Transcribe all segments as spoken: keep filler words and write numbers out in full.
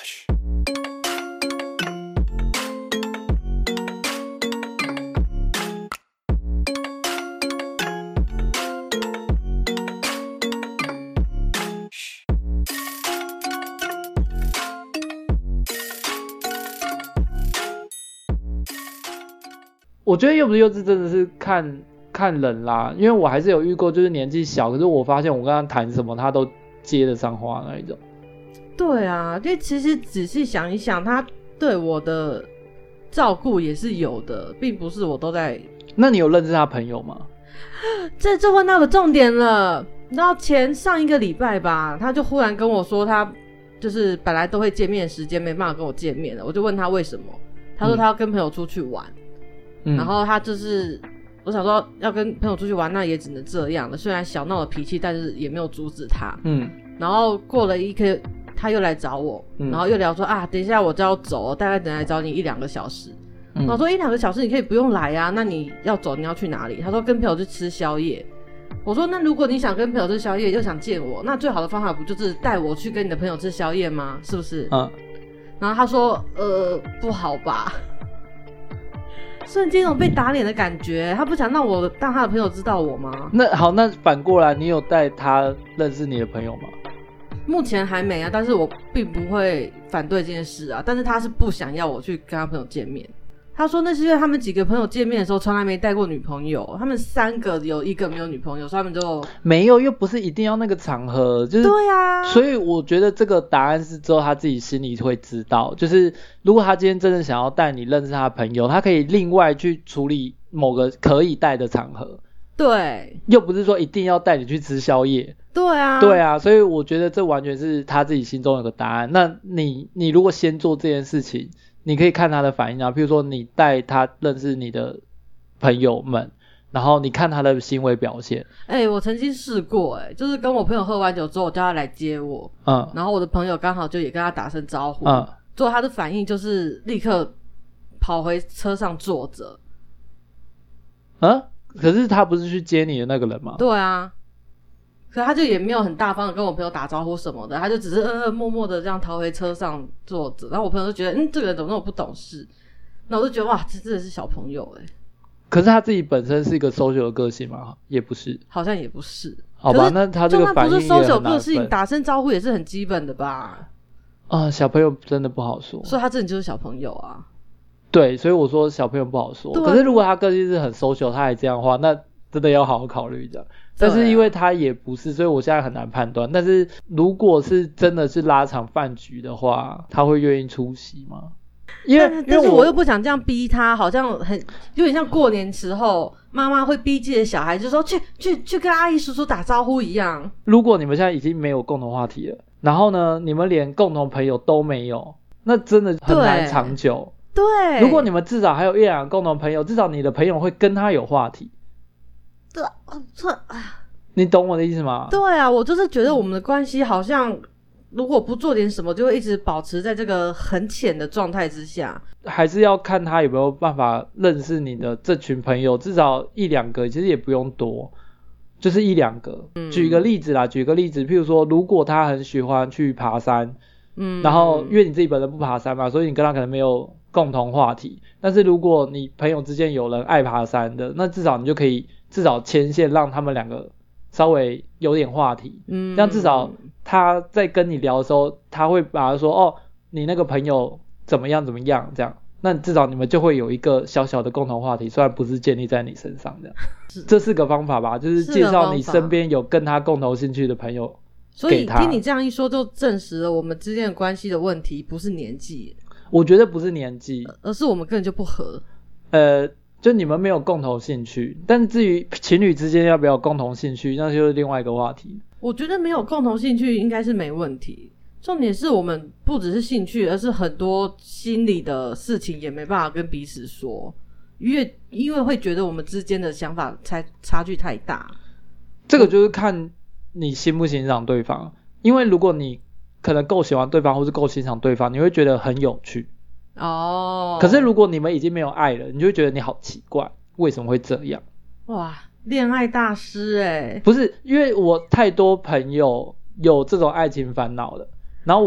我觉得幼不幼稚真的是看看人啦，因为我还是有遇过，就是年纪小，可是我发现我跟他谈什么，他都接得上话那一种。 对啊，因为其实仔细想一想，他对我的照顾也是有的，并不是我都在。 那你有认识他朋友吗？ 这就问到个重点了。你知道前上一个礼拜吧，他就忽然跟我说，他就是本来都会见面的时间没办法跟我见面了，我就问他为什么，他说他要跟朋友出去玩。嗯，然后他就是我想说要跟朋友出去玩，那也只能这样了，虽然小闹的脾气，但是也没有阻止他。嗯，然后过了一个他又来找我，嗯，然后又聊说啊等一下我就要走，大概等来找你一两个小时。嗯，我说一两个小时你可以不用来啊，那你要走你要去哪里？他说跟朋友去吃宵夜。我说那如果你想跟朋友吃宵夜又想见我，那最好的方法不就是带我去跟你的朋友吃宵夜吗？是不是？嗯，然后他说呃不好吧，瞬间有被打脸的感觉，他不想让我让他的朋友知道我吗？ 那好，那反过来，你有带他认识你的朋友吗？ 目前还没啊，但是我并不会反对这件事啊。但是他是不想要我去跟他朋友见面。他说那是因为他们几个朋友见面的时候从来没带过女朋友，他们三个有一个没有女朋友，所以他们就没有，又不是一定要那个场合，就是对啊。 所以我觉得这个答案是之后他自己心里会知道，就是如果他今天真的想要带你认识他的朋友，他可以另外去处理某个可以带的场合。 对， 又不是说一定要带你去吃宵夜。 对啊， 对啊，所以我觉得这完全是他自己心中有个答案。那你你如果先做这件事情，你可以看他的反应啊，譬如说你带他认识你的朋友们，然后你看他的行为表现。 哎、欸，我曾经试过、欸，哎，就是跟我朋友喝完酒之后，我叫他来接我，嗯，然后我的朋友刚好就也跟他打声招呼，嗯，最后他的反应就是立刻跑回车上坐着。 啊？可是他不是去接你的那个人吗？ 对啊，可他就也没有很大方的跟我朋友打招呼什么的，他就只是呃呃默默的这样逃回车上坐着。然后我朋友就觉得，嗯，这个人怎么那么不懂事？那我就觉得哇，这真的是小朋友哎、欸。 可是他自己本身是一个 social 的个性吗？也不是， 好像也不是。 好吧，那他这个反应也很难分。 就算不是 social 个性，打声招呼也是很基本的吧？ 啊，小朋友真的不好说， 所以他真的就是小朋友啊。 对，所以我说小朋友不好说。可是如果他个性是很 social， 他还这样的话，那真的要好好考虑这样。但是因为他也不是，所以我现在很难判断。但是如果是真的是拉场饭局的话，他会愿意出席吗？因为但是我又不想这样逼他，好像很有点像过年时候妈妈会逼自己的小孩，就说去去去跟阿姨叔叔打招呼一样。 如果你们现在已经没有共同话题了，然后呢，你们连共同朋友都没有，那真的很难长久。 对， 如果你们至少还有一两个共同朋友，至少你的朋友会跟他有话题。 对，这你懂我的意思吗？ 对啊，我就是觉得我们的关系好像如果不做点什么，就会一直保持在这个很浅的状态之下。 还是要看他有没有办法认识你的这群朋友，至少一两个，其实也不用多，就是一两个。嗯、举个例子啦，举个例子，譬如说，如果他很喜欢去爬山，嗯，然后因为你自己本身不爬山嘛，所以你跟他可能没有共同话题。但是如果你朋友之间有人爱爬山的，那至少你就可以至少牵线，让他们两个稍微有点话题。嗯，这样至少他在跟你聊的时候，他会把他说哦，你那个朋友怎么样怎么样这样。那至少你们就会有一个小小的共同话题，虽然不是建立在你身上这样。这是个方法吧，就是介绍你身边有跟他共同兴趣的朋友给他。 所以听你这样一说，就证实了我们之间的关系的问题不是年纪。 我觉得不是年纪， 而是我们根本就不合。 呃，就你们没有共同兴趣，但是至于情侣之间要不要有共同兴趣，那就是另外一个话题。 我觉得没有共同兴趣应该是没问题。重点是我们不只是兴趣，而是很多心理的事情也没办法跟彼此说，因为因为会觉得我们之间的想法差差距太大。 这个就是看你欣不欣赏对方，因为如果你可能够喜欢对方或是够欣赏对方，你会觉得很有趣哦。可是如果你们已经没有爱了，你就会觉得你好奇怪，为什么会这样？ 哇，恋爱大师耶。不不是，因为我太多朋友有这种爱情烦恼了。然后我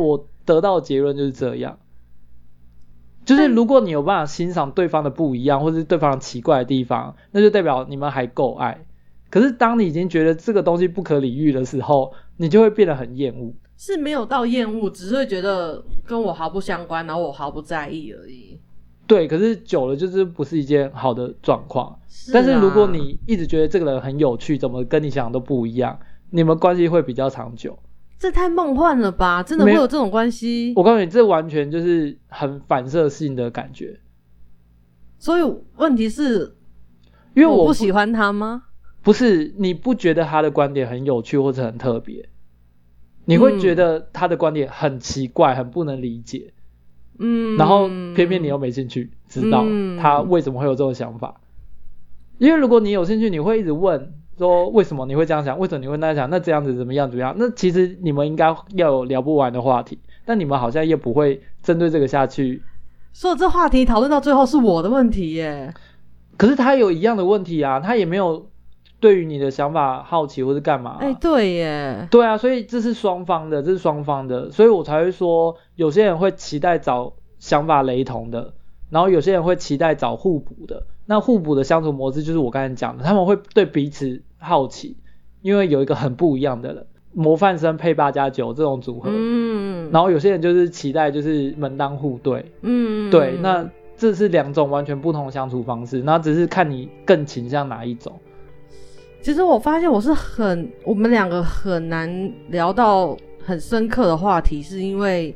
得到的结论就是这样。就是如果你有办法欣赏对方的不一样，或是对方的奇怪的地方，那就代表你们还够爱。可是当你已经觉得这个东西不可理喻的时候，你就会变得很厌恶。 是没有到厌恶，只是会觉得跟我毫不相关，然后我毫不在意而已。 对，可是久了就是不是一件好的状况。 是啊， 但是如果你一直觉得这个人很有趣，怎么跟你想的都不一样，你们关系会比较长久。 这太梦幻了吧，真的会有这种关系？ 我告诉你，这完全就是很反射性的感觉。 所以问题是因为我 不, 我不喜欢他吗？ 不是，你不觉得他的观点很有趣或者很特别，你会觉得他的观点很奇怪，很不能理解。嗯，然后偏偏你又没兴趣知道他为什么会有这种想法。因为如果你有兴趣，你会一直问说为什么你会这样想，为什么你会那样想，那这样子怎么样怎么样，那其实你们应该要有聊不完的话题，但你们好像也不会针对这个下去。 所以这话题讨论到最后是我的问题耶。 可是他有一样的问题啊，他也没有对于你的想法好奇或是干嘛、啊、 哎，对耶， 对啊，所以这是双方的，这是双方的，所以我才会说有些人会期待找想法雷同的，然后有些人会期待找互补的。那互补的相处模式就是我刚才讲的，他们会对彼此好奇，因为有一个很不一样的人，模范生配八加九这种组合。嗯，然后有些人就是期待就是门当户对。嗯，对，那这是两种完全不同的相处方式，那只是看你更倾向哪一种。 其实我发现我是很，我们两个很难聊到很深刻的话题，是因为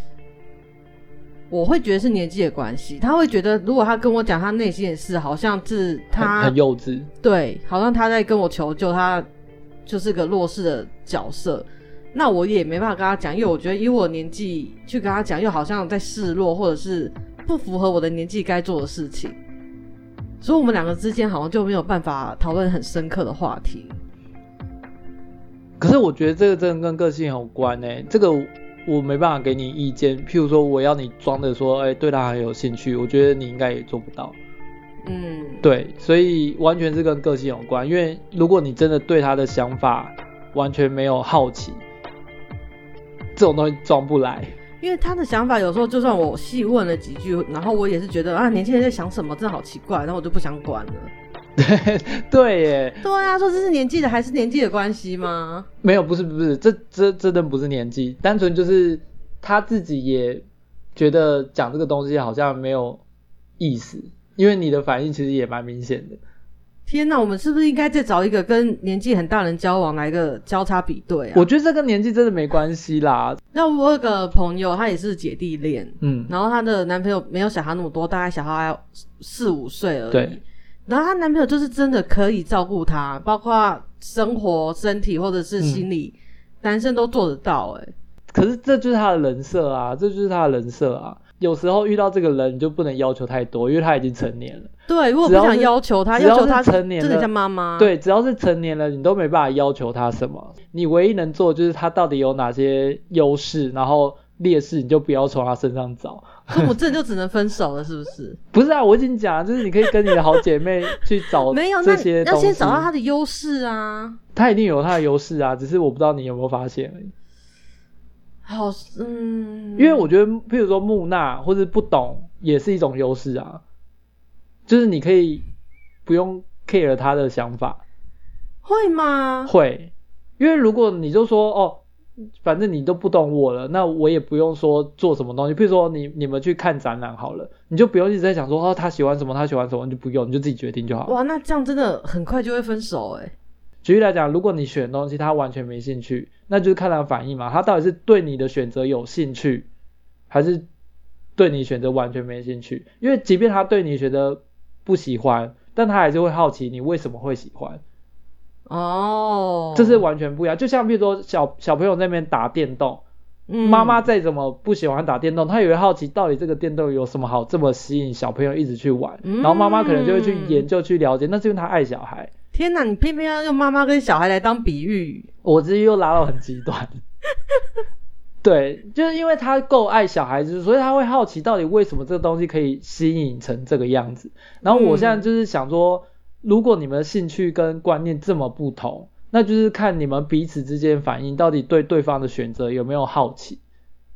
我会觉得是年纪的关系，他会觉得如果他跟我讲他内心的事，好像是他很, 很幼稚， 对，好像他在跟我求救，他就是个弱势的角色，那我也没办法跟他讲，因为我觉得以我年纪去跟他讲，又好像在示弱，或者是不符合我的年纪该做的事情，所以我们两个之间好像就没有办法讨论很深刻的话题。 可是我觉得这个真的跟个性有关欸，这个我没办法给你意见。譬如说我要你装的说哎、欸，对他很有兴趣，我觉得你应该也做不到。嗯，对，所以完全是跟个性有关。因为如果你真的对他的想法完全没有好奇，这种东西装不来。 因为他的想法有时候就算我细问了几句，然后我也是觉得啊，年轻人在想什么真的好奇怪，然后我就不想管了。 对对耶， 对啊，说这是年纪的还是年纪的关系吗？ 没有，不是不是，这这真的不是年纪，单纯就是他自己也觉得讲这个东西好像没有意思，因为你的反应其实也蛮明显的。 天哪，我们是不是应该再找一个跟年纪很大人交往来个交叉比对啊？ 我觉得这跟年纪真的没关系啦。 那我有个朋友，她也是姐弟恋，嗯，然后她的男朋友没有小孩那么多，大概小孩四五岁而已。对。然后她男朋友就是真的可以照顾她，包括生活、身体或者是心理，嗯、男生都做得到哎、欸。 可是这就是他的人设啊，这就是他的人设啊。有时候遇到这个人，你就不能要求太多，因为他已经成年了。 对，如果不想要求他，要求他成年了， 真的像妈妈。 对，只要是成年了，你都没办法要求他什么。你唯一能做的就是他到底有哪些优势，然后劣势你就不要从他身上找。 那我这就只能分手了，是不是？ 不是啊，我已经讲了，就是你可以跟你的好姐妹去找没有这些东西。 要先找到他的优势啊。 他一定有他的优势啊，只是我不知道你有没有发现而已。 好，嗯， 因为我觉得，譬如说木讷或者不懂，也是一种优势啊。就是你可以不用 care 他的想法。 会吗？ 会，因为如果你就说哦，反正你都不懂我了，那我也不用说做什么东西。譬如说你你们去看展览好了，你就不用一直在想说哦他喜欢什么，他喜欢什么，你就不用，你就自己决定就好了。 哇，那这样真的很快就会分手哎、欸。 举例来讲，如果你选东西他完全没兴趣，那就是看他的反应嘛，他到底是对你的选择有兴趣，还是对你选择完全没兴趣？因为即便他对你选择不喜欢，但他还是会好奇你为什么会喜欢。哦，这是完全不一样。就像比如说小小朋友在那边打电动，嗯、妈妈再怎么不喜欢打电动，他也会好奇到底这个电动有什么好这么吸引小朋友一直去玩，嗯、然后妈妈可能就会去研究去了解，那是因为他爱小孩。 天哪，你偏偏要用妈妈跟小孩来当比喻， 我直接又拉到很极端。对，就是因为他够爱小孩子，所以他会好奇到底为什么这个东西可以吸引成这个样子。然后我现在就是想说，如果你们的兴趣跟观念这么不同，那就是看你们彼此之间反应到底对对方的选择有没有好奇。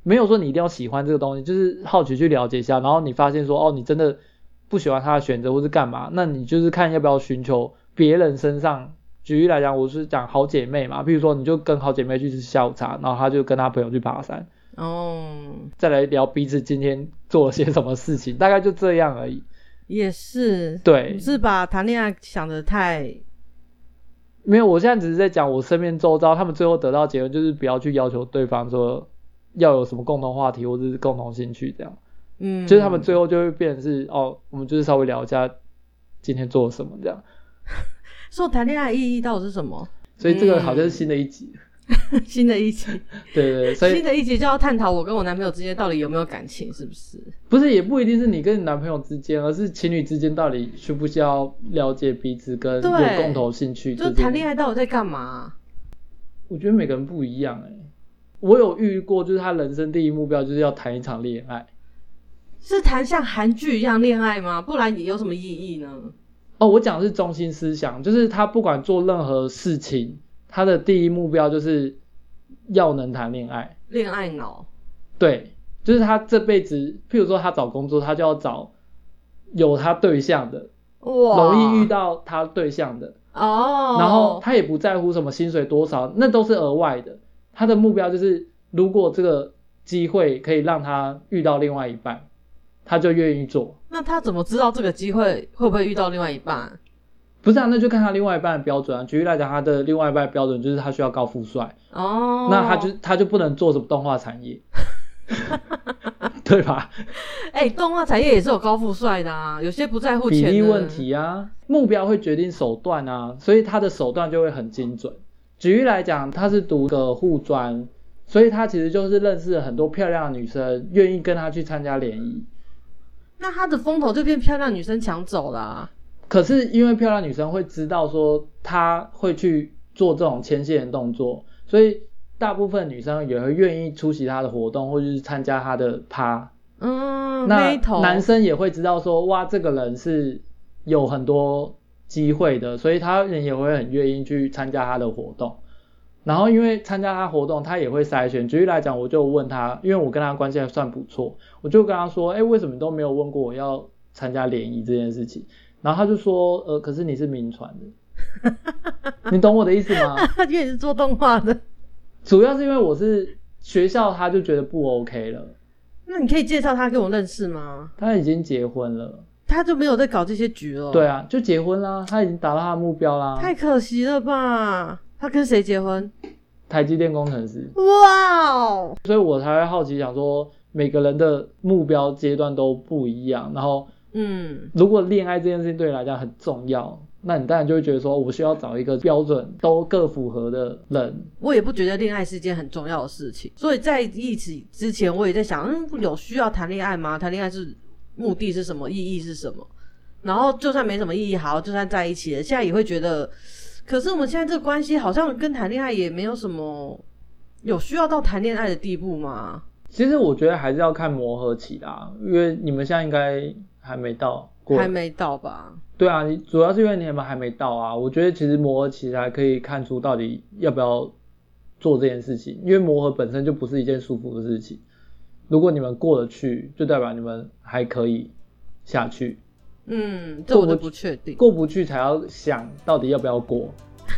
没有说你一定要喜欢这个东西，就是好奇去了解一下，然后你发现说哦你真的不喜欢他的选择或是干嘛，那你就是看要不要寻求别人身上。举例来讲，我是讲好姐妹嘛，譬如说你就跟好姐妹去吃下午茶，然后他就跟他朋友去爬山，哦，再来聊彼此今天做了些什么事情，大概就这样而已。 也是， 对， 你是把谈恋爱想得太…… 没有，我现在只是在讲我身边周遭，他们最后得到结论就是不要去要求对方说要有什么共同话题或者是共同兴趣这样，嗯，就是他们最后就会变成是哦，我们就是稍微聊一下今天做了什么这样。 说谈恋爱的意义到底是什么？ 所以这个好像是新的一集， 嗯、新的一集， 对对对，所以新的一集就要探讨我跟我男朋友之间到底有没有感情，是不是？ 不是，也不一定是你跟你男朋友之间，而是情侣之间到底需不需要了解彼此跟有共同兴趣。 就谈恋爱到底在干嘛？ 我觉得每个人不一样哎、欸。我有遇过，就是他人生第一目标就是要谈一场恋爱， 是谈像韩剧一样恋爱吗？不然也有什么意义呢？ 哦，我讲的是中心思想，就是他不管做任何事情，他的第一目标就是要能谈恋爱。 恋爱脑。对， 就是他这辈子，譬如说他找工作，他就要找有他对象的，哇，容易遇到他对象的。哦。然后他也不在乎什么薪水多少，那都是额外的。他的目标就是，如果这个机会可以让他遇到另外一半，他就愿意做。 那他怎么知道这个机会会不会遇到另外一半？ 不是啊，那就看他另外一半的标准啊。举例来讲，他的另外一半的标准就是他需要高富帅哦，那他就他就不能做什么动画产业，对吧？ 哎、欸，动画产业也是有高富帅的啊，有些不在乎钱的比例问题啊，目标会决定手段啊，所以他的手段就会很精准。举例来讲，他是读个护专，所以他其实就是认识了很多漂亮的女生，愿意跟他去参加联谊。 那他的风头就变漂亮女生抢走了啊。 可是因为漂亮女生会知道说他会去做这种牵线的动作，所以大部分女生也会愿意出席他的活动或者是参加他的趴。嗯，那男生也会知道说哇这个人是有很多机会的，所以他人也会很愿意去参加他的活动。然后因为参加他活动他也会筛选，举例来讲我就问他，因为我跟他关系还算不错，我就跟他说哎，为什么你都没有问过我要参加联谊这件事情？然后他就说呃，可是你是民传的你懂我的意思吗？ 因为你是做动画的。 主要是因为我是学校，他就觉得不 OK 了。 那你可以介绍他跟我认识吗？ 他已经结婚了。 他就没有在搞这些局了。 对啊，就结婚啦，他已经达到他的目标啦。 太可惜了吧。他跟谁结婚？ 台积电工程师。 哇哦！ 所以我才会好奇想说每个人的目标阶段都不一样，然后嗯，如果恋爱这件事情对你来讲很重要，那你当然就会觉得说我需要找一个标准都各符合的人。 我也不觉得恋爱是一件很重要的事情，所以在一起之前我也在想嗯，有需要谈恋爱吗？谈恋爱是目的是什么？意义是什么？然后就算没什么意义，好，就算在一起了，现在也会觉得可是我们现在这个关系好像跟谈恋爱也没有什么有需要到谈恋爱的地步吗？ 其实我觉得还是要看磨合期啦，因为你们现在应该还没到过。 还没到吧？ 对啊，主要是因为你们还没到啊。我觉得其实磨合期还可以看出到底要不要做这件事情，因为磨合本身就不是一件舒服的事情。如果你们过得去，就代表你们还可以下去。 嗯，这我就不确定。 过不去才要想到底要不要过。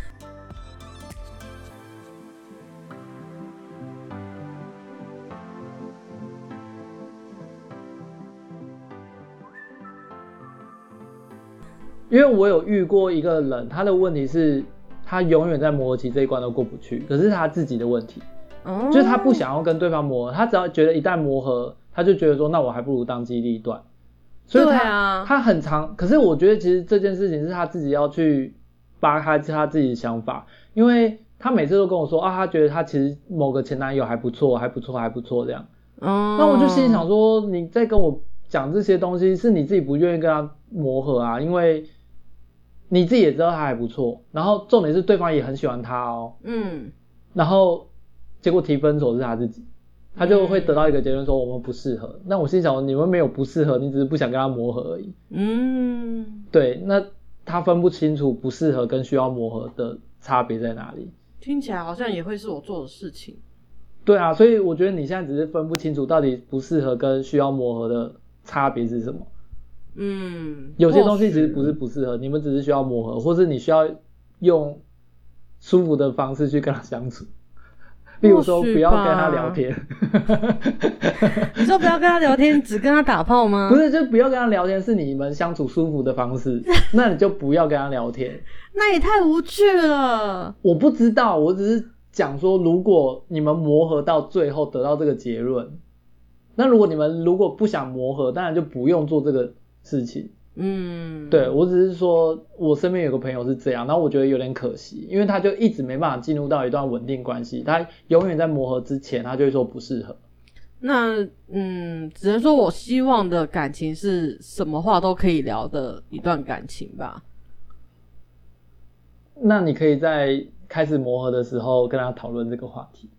因为我有遇过一个人，他的问题是他永远在磨合期这一关都过不去，可是他自己的问题，哦，就是他不想要跟对方磨合，他只要觉得一旦磨合，他就觉得说那我还不如当机立断，所以他、啊、他很长，可是我觉得其实这件事情是他自己要去扒开他自己的想法，因为他每次都跟我说啊，他觉得他其实某个前男友还不错，还不错，还不错这样，哦，那我就心里想说，你在跟我讲这些东西，是你自己不愿意跟他磨合啊，因为你自己也知道他还不错，然后重点是对方也很喜欢他哦，嗯，然后结果提分手是他自己，他就会得到一个结论说我们不适合，嗯，那我心想你们没有不适合，你只是不想跟他磨合而已，嗯，对，那他分不清楚不适合跟需要磨合的差别在哪里， 听起来好像也会是我做的事情。 对啊，所以我觉得你现在只是分不清楚到底不适合跟需要磨合的差别是什么。 嗯， 有些东西其实不是不适合，你们只是需要磨合，或是你需要用舒服的方式去跟他相处。例如说不要跟他聊天。 你说不要跟他聊天，只跟他打炮吗？ 不是，就不要跟他聊天，是你们相处舒服的方式。那你就不要跟他聊天。 那也太无趣了。 我不知道，我只是讲说，如果你们磨合到最后得到这个结论，那如果你们如果不想磨合，当然就不用做这个事情。嗯，对，我只是说我身边有个朋友是这样，然后我觉得有点可惜，因为他就一直没办法进入到一段稳定关系，他永远在磨合之前他就会说不适合。 那嗯，只能说我希望的感情是什么话都可以聊的一段感情吧。 那你可以在开始磨合的时候跟他讨论这个话题。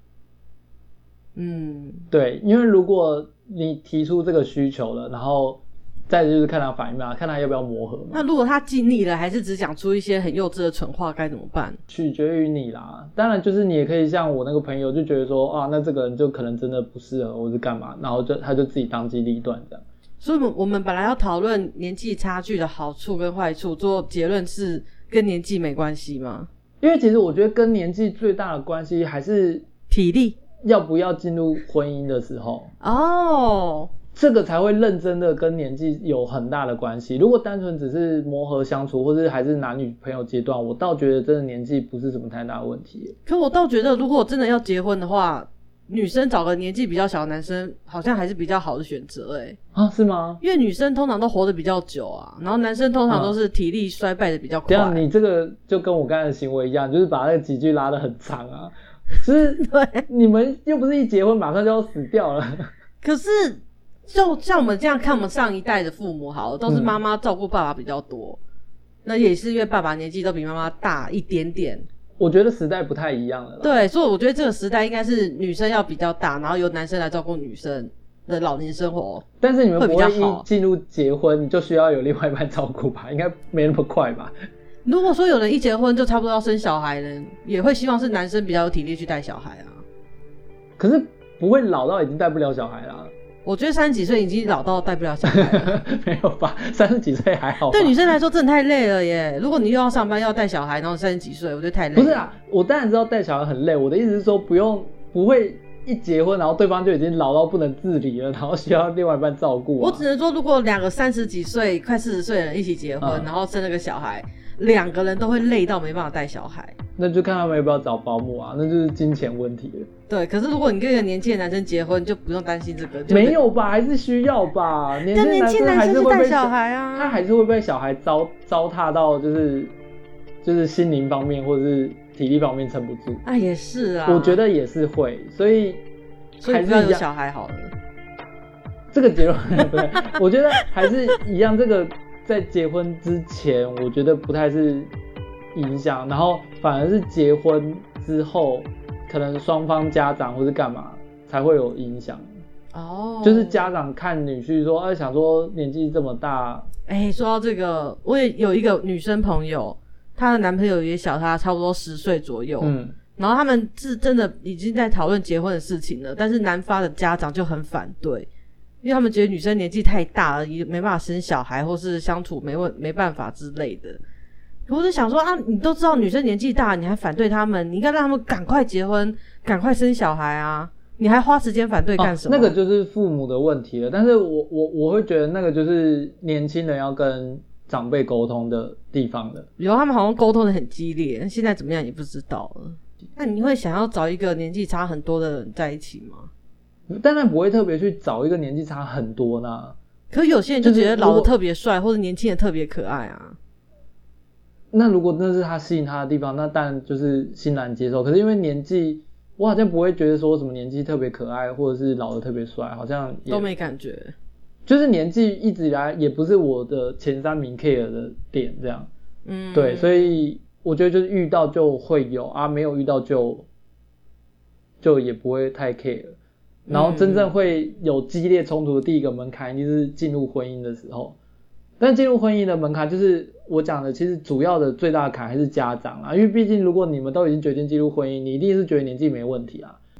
嗯，对，因为如果你提出这个需求了，然后再就是看他反应嘛，看他要不要磨合嘛。 那如果他尽力了，还是只讲出一些很幼稚的蠢话，该怎么办？ 取决于你啦。当然，就是你也可以像我那个朋友，就觉得说啊，那这个人就可能真的不适合，或是干嘛，然后就他就自己当机立断这样。 所以，我们本来要讨论年纪差距的好处跟坏处，做结论是跟年纪没关系吗？ 因为其实我觉得跟年纪最大的关系还是体力， 要不要进入婚姻的时候。 哦。 这个才会认真的跟年纪有很大的关系。如果单纯只是磨合相处，或是还是男女朋友阶段，我倒觉得真的年纪不是什么太大的问题。 可我倒觉得，如果我真的要结婚的话，女生找个年纪比较小的男生，好像还是比较好的选择诶。 啊，是吗？ 因为女生通常都活得比较久啊，然后男生通常都是体力衰败的比较快。 这样你这个就跟我刚才的行为一样，就是把那个几句拉得很长啊。就是对，你们又不是一结婚马上就要死掉了。 可是。就像我们这样看我们上一代的父母好了，都是妈妈照顾爸爸比较多、嗯、那也是因为爸爸年纪都比妈妈大一点点。 我觉得时代不太一样了啦。 对，所以我觉得这个时代应该是女生要比较大，然后由男生来照顾女生的老年生活。 但是你们不会一进入结婚你就需要有另外一半照顾吧？应该没那么快吧？ 如果说有人一结婚就差不多要生小孩了，也会希望是男生比较有体力去带小孩啊。 可是不会老到已经带不了小孩啦。 我觉得三十几岁已经老到带不了小孩了。 没有吧，三十几岁还好吧。 对女生来说真的太累了耶，如果你又要上班又要带小孩，然后三十几岁我觉得太累了。 不是啊，我当然知道带小孩很累，我的意思是说不用不会一结婚然后对方就已经老到不能自理了，然后需要另外一半照顾、啊、 我只能说如果两个三十几岁快四十岁的人一起结婚、嗯、然后生了个小孩，两个人都会累到没办法带小孩。 那就看他们要不要找保姆啊，那就是金钱问题了。 对，可是如果你跟一个年轻的男生结婚，就不用担心这个。 没有吧，还是需要吧。年轻男生还是会被小孩啊， 他还是会被小孩糟糟蹋到，就是就是心灵方面或者是体力方面撑不住。 啊，也是啊， 我觉得也是会，所以还是要有小孩好了。 这个结论不对，我觉得还是一样。这个在结婚之前，我觉得不太是影响，然后反而是结婚之后，可能双方家长或是干嘛才会有影响。哦，就是家长看女婿说，哎，想说年纪这么大。 哎，说到这个，我也有一个女生朋友，她的男朋友也小她差不多十岁左右。嗯，然后他们是真的已经在讨论结婚的事情了，但是男方的家长就很反对，因为他们觉得女生年纪太大了，也没办法生小孩，或是相处没问没办法之类的。我就想说啊，你都知道女生年纪大，你还反对他们，你应该让他们赶快结婚，赶快生小孩啊！你还花时间反对干什么？ 哦，那个就是父母的问题了。但是我我我会觉得那个就是年轻人要跟长辈沟通的地方了。 有他们好像沟通的很激烈，现在怎么样也不知道了。那你会想要找一个年纪差很多的人在一起吗？ 当然不会特别去找一个年纪差很多呢。 可是有些人就觉得老的特别帅，或者年轻人特别可爱啊。 那如果那是他吸引他的地方，那当然就是欣然接受。可是因为年纪，我好像不会觉得说什么年纪特别可爱，或者是老的特别帅，好像也都没感觉。 就是年纪一直以来也不是我的前三名 care 的点，这样。嗯，对，所以我觉得就是遇到就会有啊，没有遇到就就也不会太 care。然后真正会有激烈冲突的第一个门槛，一定是进入婚姻的时候。但进入婚姻的门槛，就是我讲的，其实主要的最大的坎还是家长啦。因为毕竟如果你们都已经决定进入婚姻，你一定是觉得年纪没问题啊。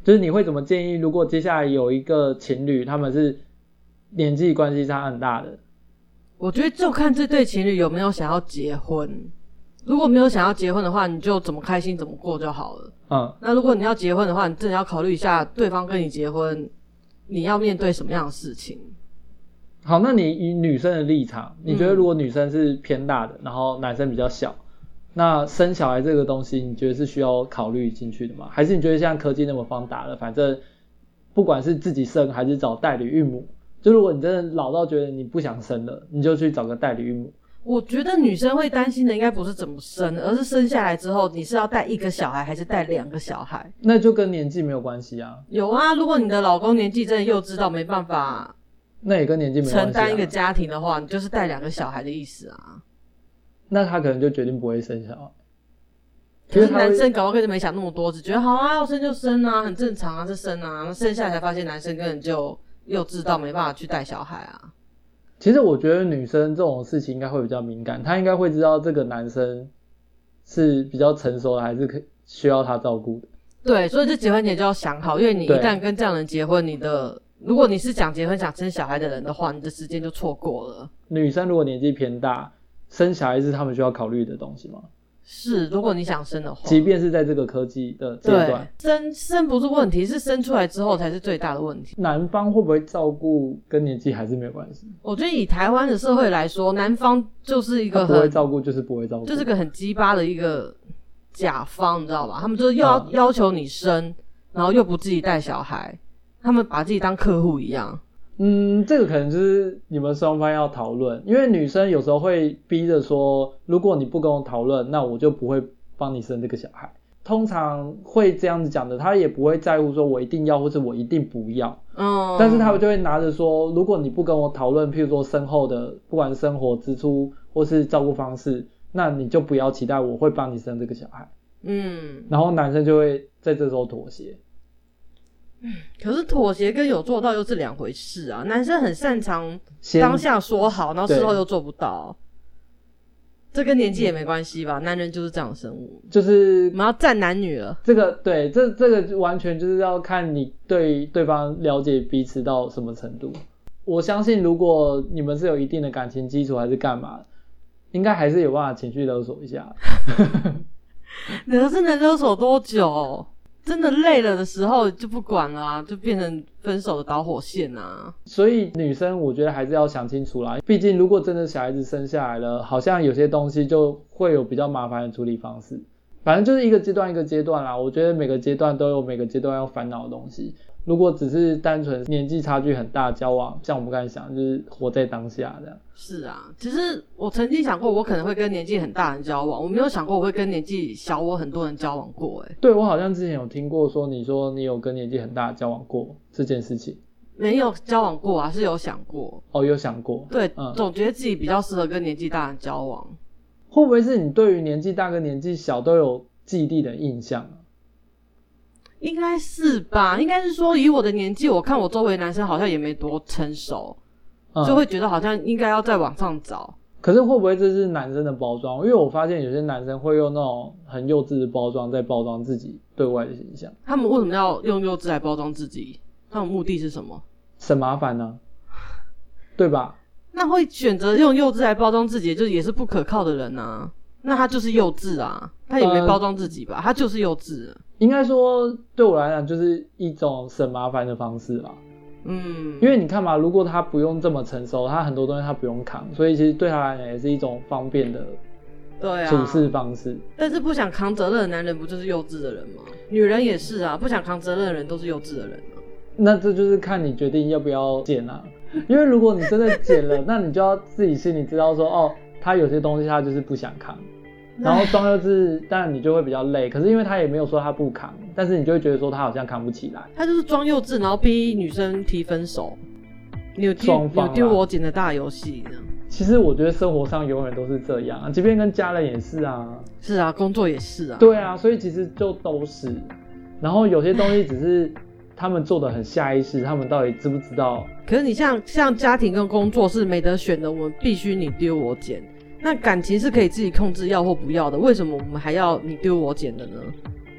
就是你会怎么建议，如果接下来有一个情侣，他们是年纪关系差很大的？ 我觉得就看这对情侣有没有想要结婚。如果没有想要结婚的话，你就怎么开心怎么过就好了。嗯，那如果你要结婚的话，你真的要考虑一下对方跟你结婚，你要面对什么样的事情。 好，那你以女生的立场，你觉得如果女生是偏大的，嗯、然后男生比较小，那生小孩这个东西，你觉得是需要考虑进去的吗？还是你觉得像科技那么发达了，反正不管是自己生还是找代理孕母，就如果你真的老到觉得你不想生了，你就去找个代理孕母。 我觉得女生会担心的应该不是怎么生，而是生下来之后你是要带一个小孩还是带两个小孩。 那就跟年纪没有关系啊。 有啊，如果你的老公年纪真的幼稚到没办法， 那也跟年纪没关系啊。 承担一个家庭的话，你就是带两个小孩的意思啊。 那他可能就决定不会生小孩。 可是男生搞不好根本没想那么多，只觉得好啊，要生就生啊，很正常啊，这生啊，那生下来才发现男生根本就幼稚到没办法去带小孩啊。 其实我觉得女生这种事情应该会比较敏感，她应该会知道这个男生是比较成熟的还是可需要她照顾的。 对，所以这结婚前就要想好，因为你一旦跟这样的人结婚，你的如果你是想结婚想生小孩的人的话，你的时间就错过了。 女生如果年纪偏大，生小孩是他们需要考虑的东西吗？ 是，如果你想生的话， 即便是在这个科技的阶段， 生生不是问题，是生出来之后才是最大的问题。 男方会不会照顾跟年纪还是没有关系？ 我觉得以台湾的社会来说，男方就是一个很不会照顾，就是不会照顾， 就是个很鸡巴的一个甲方，你知道吧？他们就是要、嗯、要求你生，然后又不自己带小孩，他们把自己当客户一样。 嗯，这个可能就是你们双方要讨论，因为女生有时候会逼着说，如果你不跟我讨论，那我就不会帮你生这个小孩。通常会这样子讲的，他也不会在乎说我一定要或者我一定不要。嗯，但是他们就会拿着说，如果你不跟我讨论，譬如说身后的不管是生活支出或是照顾方式，那你就不要期待我会帮你生这个小孩。嗯，然后男生就会在这时候妥协。 可是妥协跟有做到又是两回事啊！男生很擅长当下说好，然后事后又做不到，这跟年纪也没关系吧？男人就是这样的生物， 就是我们要站男女了。 这个对，这这个完全就是要看你对对方了解彼此到什么程度。我相信，如果你们是有一定的感情基础，还是干嘛，应该还是有办法情绪勒索一下。 可是能勒索多久？真的累了的时候就不管了啊，就变成分手的导火线啊。 所以女生我觉得还是要想清楚啦，毕竟如果真的小孩子生下来了，好像有些东西就会有比较麻烦的处理方式。反正就是一个阶段一个阶段啦，我觉得每个阶段都有每个阶段要烦恼的东西。如果只是单纯年纪差距很大交往，像我们刚才想就是活在当下这样。 是啊，其实我曾经想过我可能会跟年纪很大的人交往，我没有想过我会跟年纪小我很多人交往过欸。 对，我好像之前有听过说你说你有跟年纪很大的交往过这件事情。 没有交往过啊，是有想过。 哦，有想过。 对，嗯，总觉得自己比较适合跟年纪大的人交往。 会不会是你对于年纪大跟年纪小都有既定的印象啊？ 应该是吧，应该是说以我的年纪，我看我周围男生好像也没多成熟，嗯，就会觉得好像应该要再往上找。 可是会不会这是男生的包装？因为我发现有些男生会用那种很幼稚的包装在包装自己对外的形象。 他们为什么要用幼稚来包装自己？他们目的是什么？ 省麻烦呢，对吧？ 那会选择用幼稚来包装自己，就也是不可靠的人啊。那他就是幼稚啊，他也没包装自己吧，呃、他就是幼稚。 应该说对我来讲就是一种省麻烦的方式啦。嗯，因为你看嘛，如果他不用这么成熟，他很多东西他不用扛，所以其实对他来讲也是一种方便的处事方式。 对啊，但是不想扛责任的男人不就是幼稚的人吗？女人也是啊，不想扛责任的人都是幼稚的人啊。 那这就是看你决定要不要剪啊，因为如果你真的剪了，那你就要自己心里知道说，哦，他有些东西他就是不想扛。然后装幼稚，当然你就会比较累，可是因为他也没有说他不扛，但是你就会觉得说他好像扛不起来。 他就是装幼稚，然后逼女生提分手，你有丢有丢我捡的大游戏这样。 其实我觉得生活上永远都是这样啊，即便跟家人也是啊。 是啊，工作也是啊。 对啊，所以其实就都是。然后有些东西只是他们做的很下意识，他们到底知不知道？ 可是你像像家庭跟工作是没得选的，我们必须你丢我捡。那感情是可以自己控制要或不要的，为什么我们还要你丢我捡的呢？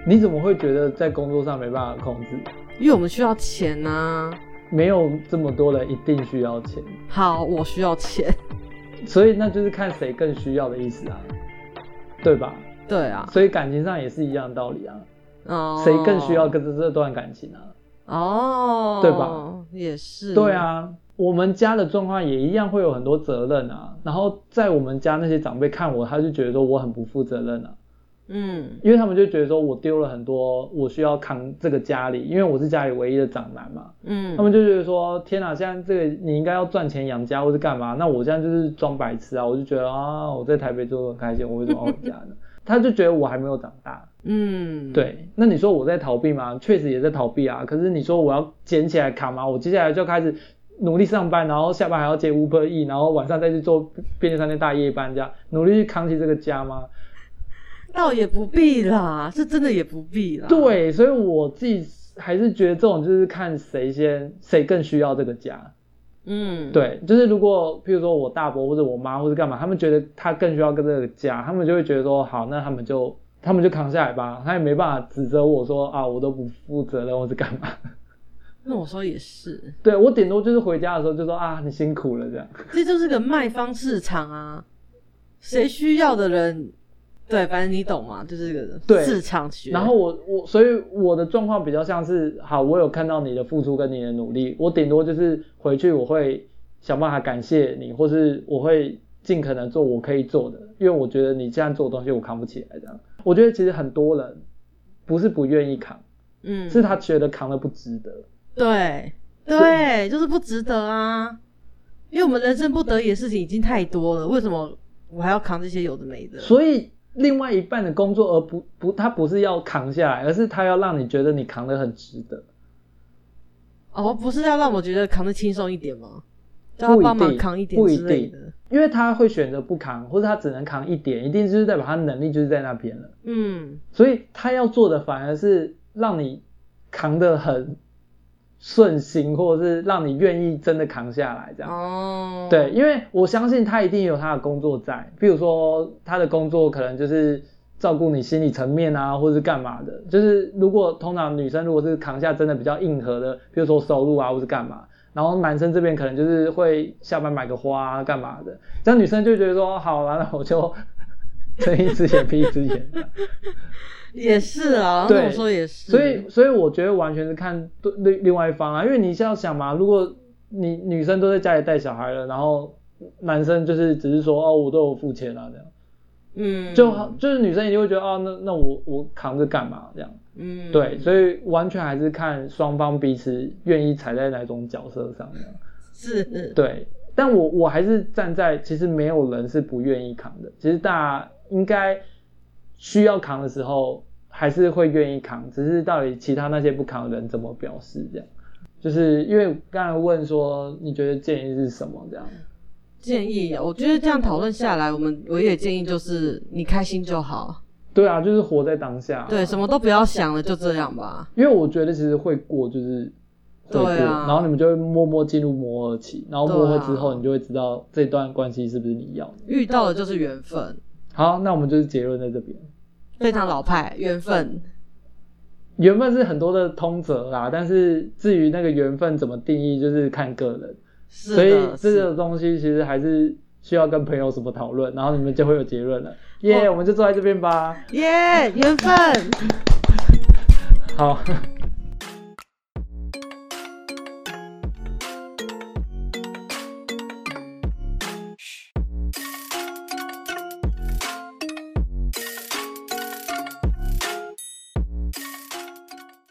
你怎么会觉得在工作上没办法控制？ 因为我们需要钱啊。 没有这么多人一定需要钱。 好，我需要钱。 所以那就是看谁更需要的意思啊，对吧？ 对啊。 所以感情上也是一样的道理啊。 哦。 谁更需要跟着这段感情啊？ 哦。 对吧？ 也是。 对啊，我们家的状况也一样会有很多责任啊。然后在我们家那些长辈看我，他就觉得说我很不负责任啊。嗯，因为他们就觉得说我丢了很多，我需要扛这个家里，因为我是家里唯一的长男嘛。嗯，他们就觉得说，天哪，现在这个你应该要赚钱养家或是干嘛？那我现在就是装白痴啊！我就觉得啊，我在台北做得很开心，我为什么要回家呢？他就觉得我还没有长大。嗯，对。那你说我在逃避吗？确实也在逃避啊。可是你说我要捡起来扛吗？我接下来就开始努力上班，然后下班还要接 Uber Eats， 然后晚上再去做便利商店大夜班，这样努力去扛起这个家吗？ 倒也不必啦，是真的也不必啦。 对，所以我自己还是觉得这种就是看谁先，谁更需要这个家。嗯，对，就是如果譬如说我大伯或者我妈或者干嘛，他们觉得他更需要跟这个家，他们就会觉得说好，那他们就他们就扛下来吧，他也没办法指责我说啊，我都不负责任或是干嘛。 那我说也是， 对，我顶多就是回家的时候就说啊，你辛苦了这样。 这就是个卖方市场啊，谁需要的人。对，反正你懂嘛，就是这个市场学。 然后我我所以我的状况比较像是，好，我有看到你的付出跟你的努力，我顶多就是回去我会想办法感谢你，或是我会尽可能做我可以做的，因为我觉得你这样做的东西我扛不起来这样。我觉得其实很多人不是不愿意扛，嗯，是他觉得扛的不值得。 对对，就是不值得啊，因为我们人生不得已的事情已经太多了，为什么我还要扛这些有的没的？ 所以另外一半的工作，而不不，他不是要扛下来，而是他要让你觉得你扛得很值得。 哦，不是要让我觉得扛得轻松一点吗？叫他帮忙扛一点之类的。 因为他会选择不扛，或者他只能扛一点，一定就是代表他能力就是在那边了。嗯，所以他要做的反而是让你扛得很顺心，或者是让你愿意真的扛下来这样。哦，对，因为我相信他一定有他的工作在，比如说他的工作可能就是照顾你心理层面啊，或者是干嘛的。就是如果通常女生如果是扛下真的比较硬核的，比如说收入啊，或是干嘛，然后男生这边可能就是会下班买个花啊干嘛的，这样女生就觉得说好了，那我就睁一只眼闭一只眼。 也是啊，那我说也是。 所以所以我觉得完全是看另另外一方啊，因为你是要想嘛，如果你女生都在家里带小孩了，然后男生就是只是说哦我都有付钱啊这样，嗯，就就是女生一定会觉得哦那那我我扛着干嘛这样，嗯，对，所以完全还是看双方彼此愿意踩在哪种角色上这样， 是， 对，但我我还是站在其实没有人是不愿意扛的，其实大家应该需要扛的时候还是会愿意扛，只是到底其他那些不扛的人怎么表示这样，就是因为刚才问说你觉得建议是什么这样。 建议我觉得这样讨论下来，我们唯一的建议就是你开心就好。 对啊，就是活在当下， 对，什么都不要想了，就这样吧。 因为我觉得其实会过就是会过，啊，然后你们就会默默进入磨合期，然后磨合之后你就会知道这段关系是不是你要的， 遇到的就是缘分。 好，那我们就是结论在这边。 非常老派，缘分。 缘分是很多的通则啦，但是至于那个缘分怎么定义，就是看个人。 是的， 所以这个东西其实还是需要跟朋友什么讨论，然后你们就会有结论了。耶， yeah, 我们就坐在这边吧。 耶， yeah, 缘分。 好。